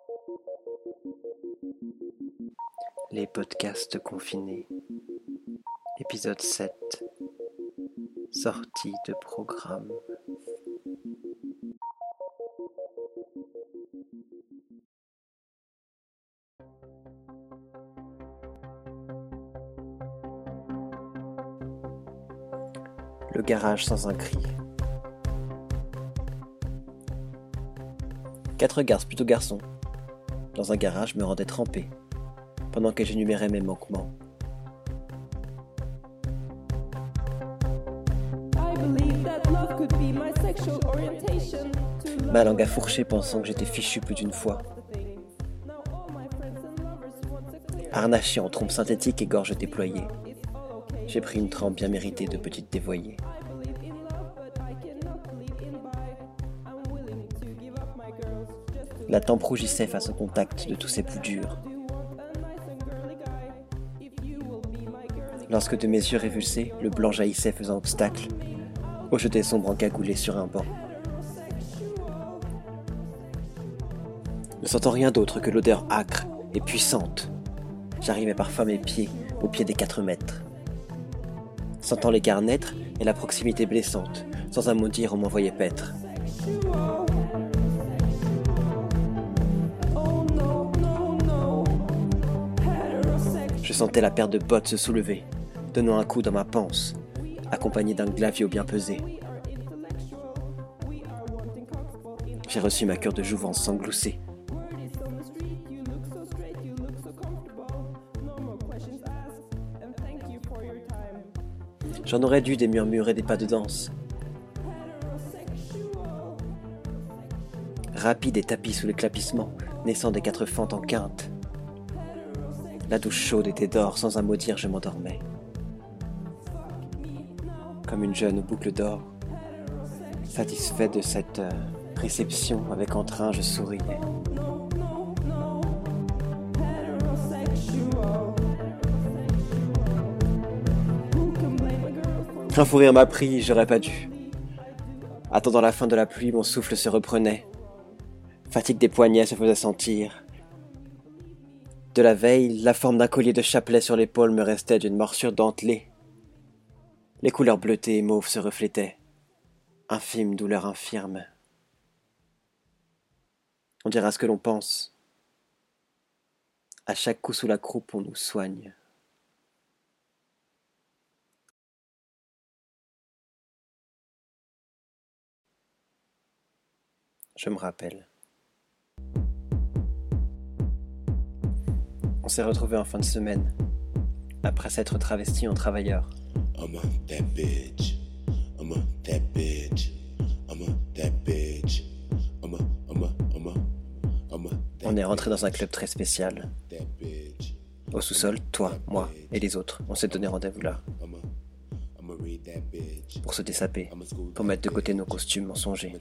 Les podcasts confinés. Épisode 7. Sortie de programme. Le garage sans un cri. 4 garces plutôt garçons. Dans un garage me rendait trempé, pendant que j'énumérais mes manquements. Ma langue a fourché pensant que j'étais fichu plus d'une fois. Harnaché en trompe synthétique et gorge déployée, j'ai pris une trempe bien méritée de petite dévoyée. La tempe rougissait face au contact de tous ces plus durs. Lorsque de mes yeux révulsés, le blanc jaillissait faisant obstacle au jeté sombre encagoulé sur un banc. Ne sentant rien d'autre que l'odeur âcre et puissante, j'arrivais parfois mes pieds au pied des 4 mètres. Sentant l'écart naître et la proximité blessante, sans un mot dire on m'envoyait paître. Je sentais la paire de bottes se soulever, donnant un coup dans ma panse, accompagné d'un glavio bien pesé. J'ai reçu ma cure de jouvence sans glousser. J'en aurais dû des murmures et des pas de danse. Rapide et tapis sous les clapissements, naissant des 4 fentes en quinte. La douche chaude était d'or, sans un mot dire je m'endormais. Comme une jeune aux boucles d'or, satisfait de cette réception, avec entrain je souriais. Un fou rire m'a pris, j'aurais pas dû. Attendant la fin de la pluie, mon souffle se reprenait. Fatigue des poignets se faisait sentir. De la veille, la forme d'un collier de chapelet sur l'épaule me restait d'une morsure dentelée. Les couleurs bleutées et mauves se reflétaient. Infime douleur infirme. On dira ce que l'on pense. À chaque coup sous la croupe, on nous soigne. Je me rappelle. On s'est retrouvés en fin de semaine, après s'être travestis en travailleurs. On est rentré dans un club très spécial. Au sous-sol, toi, moi et les autres, on s'est donné rendez-vous là. Pour se dessaper, pour mettre de côté nos costumes mensongers.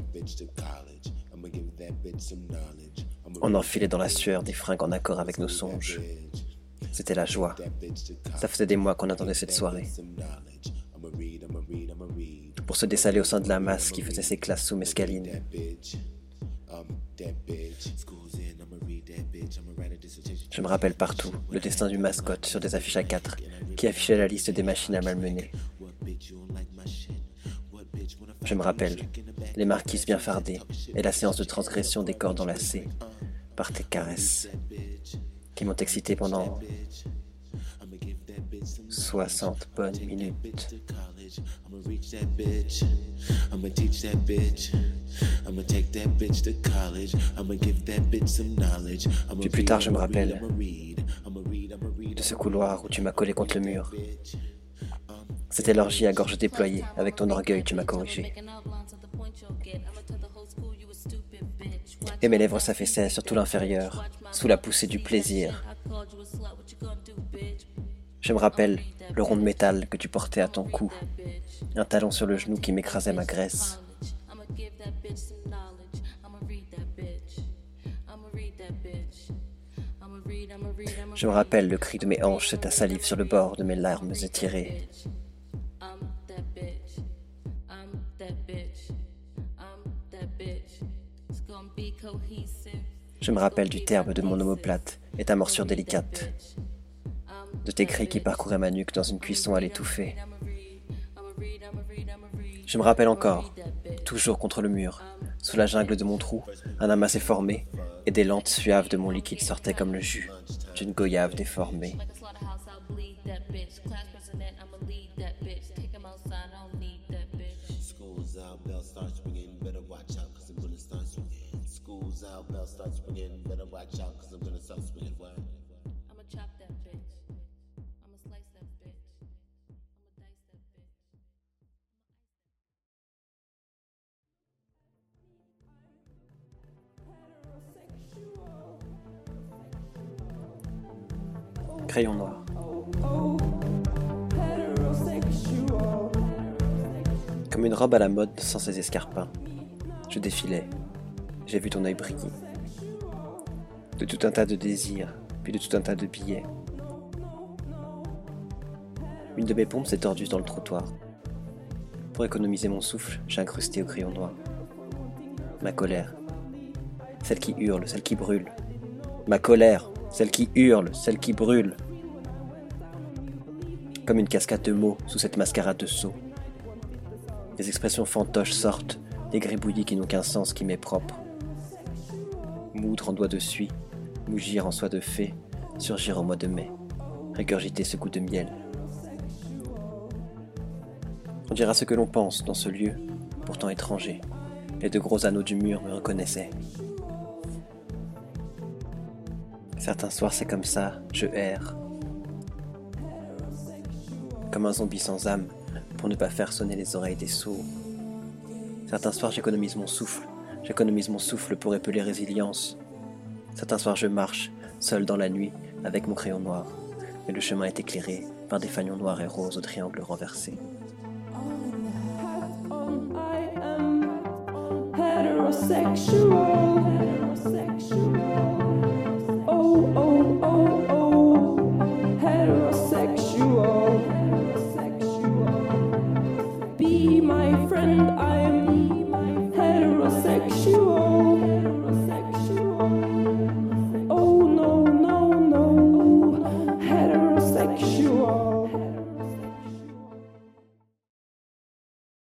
On enfilait dans la sueur des fringues en accord avec nos songes. C'était la joie. Ça faisait des mois qu'on attendait cette soirée. Pour se dessaler au sein de la masse qui faisait ses classes sous mescaline. Je me rappelle partout le destin du mascotte sur des affiches A4 qui affichait la liste des machines à malmener. Je me rappelle les marquises bien fardées et la séance de transgression des cordes enlacés par tes caresses qui m'ont excité pendant 60 bonnes minutes. Puis plus tard, je me rappelle de ce couloir où tu m'as collé contre le mur. C'était l'orgie à gorge déployée. Avec ton orgueil, tu m'as corrigé. Et mes lèvres s'affaissaient sur tout l'inférieur, sous la poussée du plaisir. Je me rappelle le rond de métal que tu portais à ton cou, un talon sur le genou qui m'écrasait ma graisse. Je me rappelle le cri de mes hanches et ta salive sur le bord de mes larmes étirées. Je me rappelle du terme de mon omoplate et ta morsure délicate, de tes cris qui parcouraient ma nuque dans une cuisson à l'étouffer. Je me rappelle encore, toujours contre le mur, sous la jungle de mon trou, un amas s'est formé, et des lentes suaves de mon liquide sortaient comme le jus d'une goyave déformée. Crayon noir. Comme une robe à la mode sans ses escarpins, je défilais. J'ai vu ton œil briller. De tout un tas de désirs, puis de tout un tas de billets. Une de mes pompes s'est tordue dans le trottoir. Pour économiser mon souffle, j'ai incrusté au crayon noir. Ma colère, celle qui hurle, celle qui brûle. Ma colère, celle qui hurle, celle qui brûle. Comme une cascade de mots sous cette mascarade de sots. Des expressions fantoches sortent, des gribouillis qui n'ont qu'un sens qui m'est propre. Moudre en doigt de suie, mougir en soie de fée, surgir au mois de mai, régurgiter ce goût de miel. On dira ce que l'on pense dans ce lieu, pourtant étranger. Les deux gros anneaux du mur me reconnaissaient. Certains soirs c'est comme ça, je erre. Comme un zombie sans âme, pour ne pas faire sonner les oreilles des sourds. Certains soirs j'économise mon souffle pour épeler résilience. Certains soirs je marche, seul dans la nuit, avec mon crayon noir, mais le chemin est éclairé par des fanions noirs et roses au triangle renversé. Heterosexual.